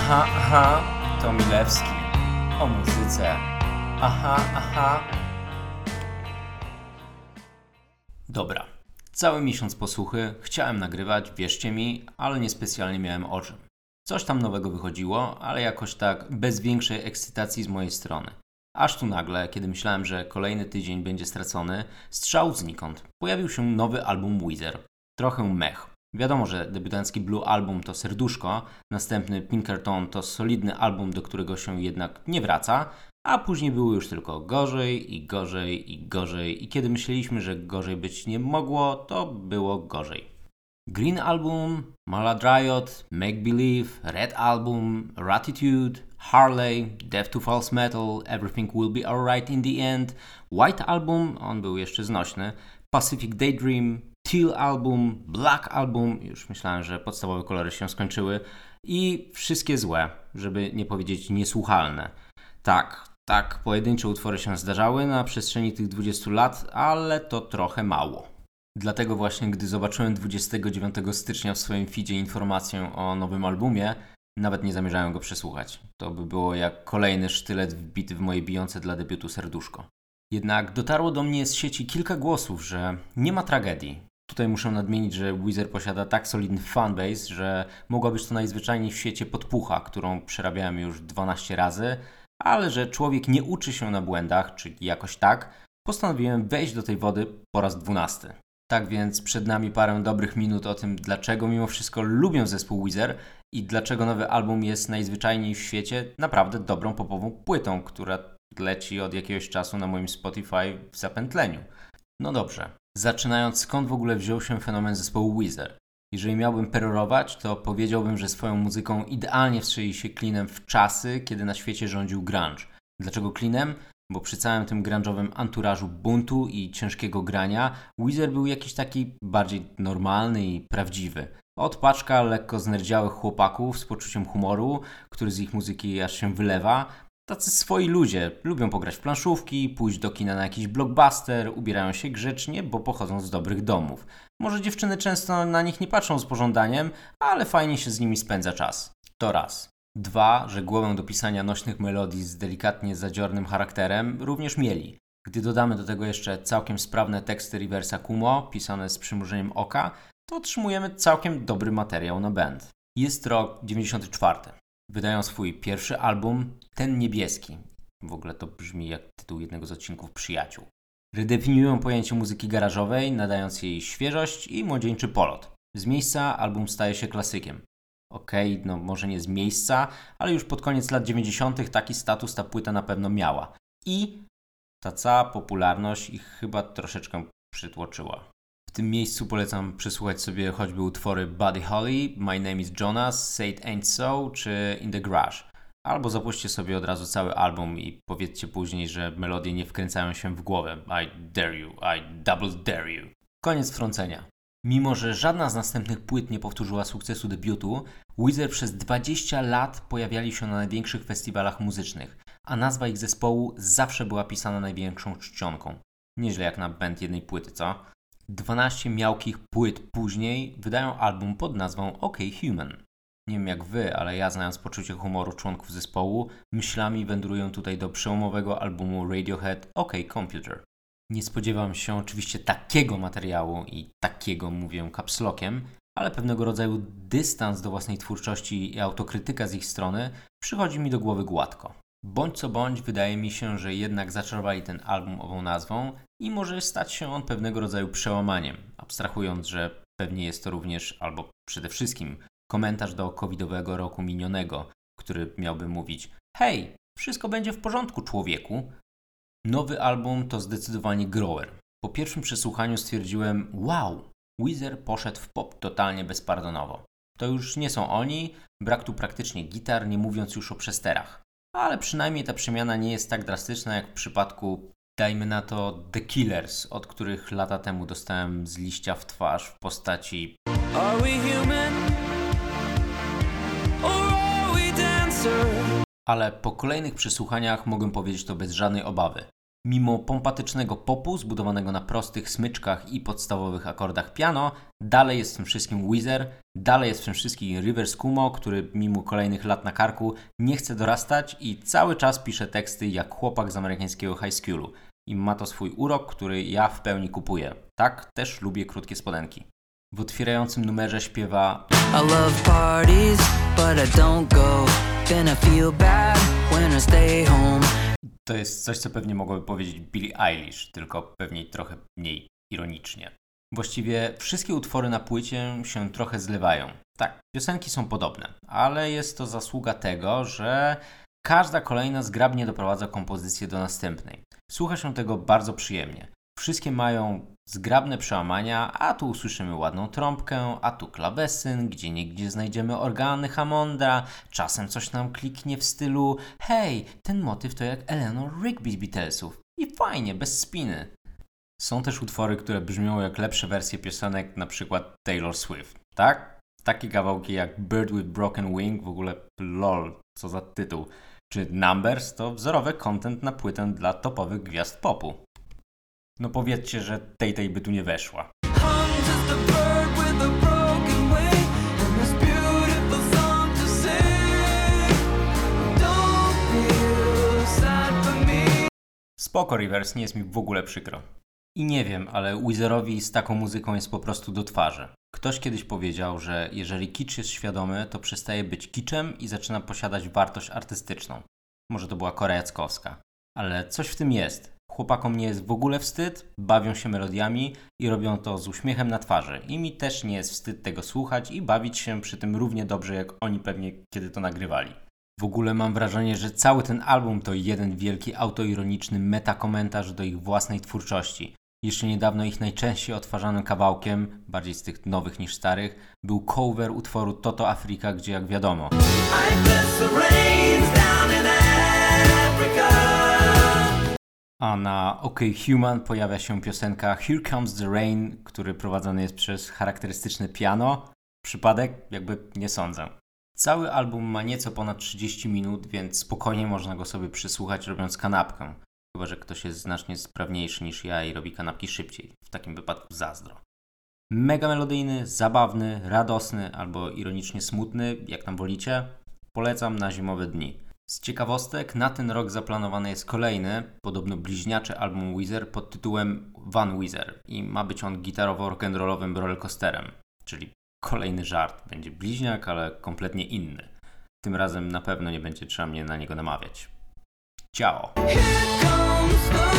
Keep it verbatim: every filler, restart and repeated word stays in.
Aha, aha, to Milewski. O muzyce. Aha, aha. Dobra. Cały miesiąc posłuchy, chciałem nagrywać, wierzcie mi, ale niespecjalnie miałem o czym. Coś tam nowego wychodziło, ale jakoś tak bez większej ekscytacji z mojej strony. Aż tu nagle, kiedy myślałem, że kolejny tydzień będzie stracony, strzał znikąd. Pojawił się nowy album Weezer. Trochę mech. Wiadomo, że debiutancki Blue Album to serduszko, następny Pinkerton to solidny album, do którego się jednak nie wraca, a później było już tylko gorzej i gorzej i gorzej i kiedy myśleliśmy, że gorzej być nie mogło, to było gorzej. Green Album, Malad Riot, Make Believe, Red Album, Ratitude, Harley, Death to False Metal, Everything Will Be Alright in the End, White Album, on był jeszcze znośny, Pacific Daydream, Teal Album, Black Album, już myślałem, że podstawowe kolory się skończyły i wszystkie złe, żeby nie powiedzieć niesłuchalne. Tak, tak, pojedyncze utwory się zdarzały na przestrzeni tych dwudziestu lat, ale to trochę mało. Dlatego właśnie, gdy zobaczyłem dwudziestego dziewiątego stycznia w swoim feedzie informację o nowym albumie, nawet nie zamierzałem go przesłuchać. To by było jak kolejny sztylet wbity w moje bijące dla debiutu serduszko. Jednak dotarło do mnie z sieci kilka głosów, że nie ma tragedii. Tutaj muszę nadmienić, że Weezer posiada tak solidny fanbase, że mogła być to najzwyczajniej w świecie podpucha, którą przerabiałem już dwanaście razy, ale że człowiek nie uczy się na błędach, czyli jakoś tak, postanowiłem wejść do tej wody po raz dwunasty. Tak więc przed nami parę dobrych minut o tym, dlaczego mimo wszystko lubię zespół Weezer i dlaczego nowy album jest najzwyczajniej w świecie naprawdę dobrą popową płytą, która leci od jakiegoś czasu na moim Spotify w zapętleniu. No dobrze, zaczynając, skąd w ogóle wziął się fenomen zespołu Weezer? Jeżeli miałbym perorować, to powiedziałbym, że swoją muzyką idealnie wstrzeli się klinem w czasy, kiedy na świecie rządził grunge. Dlaczego klinem? Bo przy całym tym grunge'owym anturażu buntu i ciężkiego grania Weezer był jakiś taki bardziej normalny i prawdziwy. Od paczka lekko znerdziałych chłopaków z poczuciem humoru, który z ich muzyki aż się wylewa. Tacy swoi ludzie, lubią pograć w planszówki, pójść do kina na jakiś blockbuster, ubierają się grzecznie, bo pochodzą z dobrych domów. Może dziewczyny często na nich nie patrzą z pożądaniem, ale fajnie się z nimi spędza czas. To raz. Dwa, że głowę do pisania nośnych melodii z delikatnie zadziornym charakterem również mieli. Gdy dodamy do tego jeszcze całkiem sprawne teksty Riversa Kumo, pisane z przymrużeniem oka, to otrzymujemy całkiem dobry materiał na band. Jest rok dziewięćdziesiąty czwarty. Wydają swój pierwszy album, Ten Niebieski. W ogóle to brzmi jak tytuł jednego z odcinków Przyjaciół. Redefiniują pojęcie muzyki garażowej, nadając jej świeżość i młodzieńczy polot. Z miejsca album staje się klasykiem. Okej, okay, no może nie z miejsca, ale już pod koniec lat dziewięćdziesiątych taki status ta płyta na pewno miała. I ta cała popularność ich chyba troszeczkę przytłoczyła. W tym miejscu polecam przesłuchać sobie choćby utwory Buddy Holly, My Name is Jonas, Say It Ain't So czy In The Garage. Albo zapuśćcie sobie od razu cały album i powiedzcie później, że melodie nie wkręcają się w głowę. I dare you, I double dare you. Koniec wtrącenia. Mimo że żadna z następnych płyt nie powtórzyła sukcesu debiutu, Weezer przez dwadzieścia lat pojawiali się na największych festiwalach muzycznych, a nazwa ich zespołu zawsze była pisana największą czcionką. Nieźle jak na band jednej płyty, co? dwanaście miałkich płyt później wydają album pod nazwą OK Human. Nie wiem jak wy, ale ja, znając poczucie humoru członków zespołu, myślami wędruję tutaj do przełomowego albumu Radiohead OK Computer. Nie spodziewam się oczywiście takiego materiału i takiego, mówię caps lockiem, ale pewnego rodzaju dystans do własnej twórczości i autokrytyka z ich strony przychodzi mi do głowy gładko. Bądź co bądź, wydaje mi się, że jednak zaczarowali ten album ową nazwą i może stać się on pewnego rodzaju przełamaniem, abstrahując, że pewnie jest to również, albo przede wszystkim, komentarz do covidowego roku minionego, który miałby mówić: hej, wszystko będzie w porządku, człowieku. Nowy album to zdecydowanie grower. Po pierwszym przesłuchaniu stwierdziłem: wow, Weezer poszedł w pop totalnie bezpardonowo. To już nie są oni, brak tu praktycznie gitar, nie mówiąc już o przesterach. Ale przynajmniej ta przemiana nie jest tak drastyczna jak w przypadku, dajmy na to, The Killers, od których lata temu dostałem z liścia w twarz w postaci Are we human? Or are we dancer? Ale po kolejnych przesłuchaniach mogę powiedzieć to bez żadnej obawy. Mimo pompatycznego popu zbudowanego na prostych smyczkach i podstawowych akordach piano, dalej jest w tym wszystkim Weezer, dalej jest w tym wszystkim Rivers Cuomo, który mimo kolejnych lat na karku nie chce dorastać i cały czas pisze teksty jak chłopak z amerykańskiego high schoolu. I ma to swój urok, który ja w pełni kupuję. Tak, też lubię krótkie spodenki. W otwierającym numerze śpiewa I love parties, but I don't go. Then I feel bad when I stay home. To jest coś, co pewnie mogłoby powiedzieć Billie Eilish, tylko pewnie trochę mniej ironicznie. Właściwie wszystkie utwory na płycie się trochę zlewają. Tak, piosenki są podobne, ale jest to zasługa tego, że każda kolejna zgrabnie doprowadza kompozycję do następnej. Słucha się tego bardzo przyjemnie. Wszystkie mają zgrabne przełamania, a tu usłyszymy ładną trąbkę, a tu klawesyn, gdzie niegdzie znajdziemy organy Hammonda, czasem coś nam kliknie w stylu hej, ten motyw to jak Eleanor Rigby z Beatlesów. I fajnie, bez spiny. Są też utwory, które brzmią jak lepsze wersje piosenek, na przykład Taylor Swift, tak? Takie kawałki jak Bird with Broken Wing, w ogóle lol, co za tytuł, czy Numbers to wzorowy content na płytę dla topowych gwiazd popu. No powiedzcie, że tej tej by tu nie weszła. Spoko Rivers, nie jest mi w ogóle przykro. I nie wiem, ale Weezerowi z taką muzyką jest po prostu do twarzy. Ktoś kiedyś powiedział, że jeżeli kicz jest świadomy, to przestaje być kiczem i zaczyna posiadać wartość artystyczną. Może to była Korea Jackowska. Ale coś w tym jest. Chłopakom nie jest w ogóle wstyd, bawią się melodiami i robią to z uśmiechem na twarzy. I mi też nie jest wstyd tego słuchać i bawić się przy tym równie dobrze, jak oni pewnie kiedy to nagrywali. W ogóle mam wrażenie, że cały ten album to jeden wielki autoironiczny metakomentarz do ich własnej twórczości. Jeszcze niedawno ich najczęściej odtwarzanym kawałkiem, bardziej z tych nowych niż starych, był cover utworu Toto Africa, gdzie jak wiadomo a na OK Human pojawia się piosenka Here Comes the Rain, który prowadzony jest przez charakterystyczne piano. Przypadek? Jakby nie sądzę. Cały album ma nieco ponad trzydzieści minut, więc spokojnie można go sobie przysłuchać robiąc kanapkę. Chyba że ktoś jest znacznie sprawniejszy niż ja i robi kanapki szybciej. W takim wypadku zazdro. Mega melodyjny, zabawny, radosny albo ironicznie smutny, jak tam wolicie. Polecam na zimowe dni. Z ciekawostek, na ten rok zaplanowany jest kolejny, podobno bliźniaczy album Weezer pod tytułem Van Weezer i ma być on gitarowo-rock'n'rollowym rollercoasterem, czyli kolejny żart. Będzie bliźniak, ale kompletnie inny. Tym razem na pewno nie będzie trzeba mnie na niego namawiać. Ciao!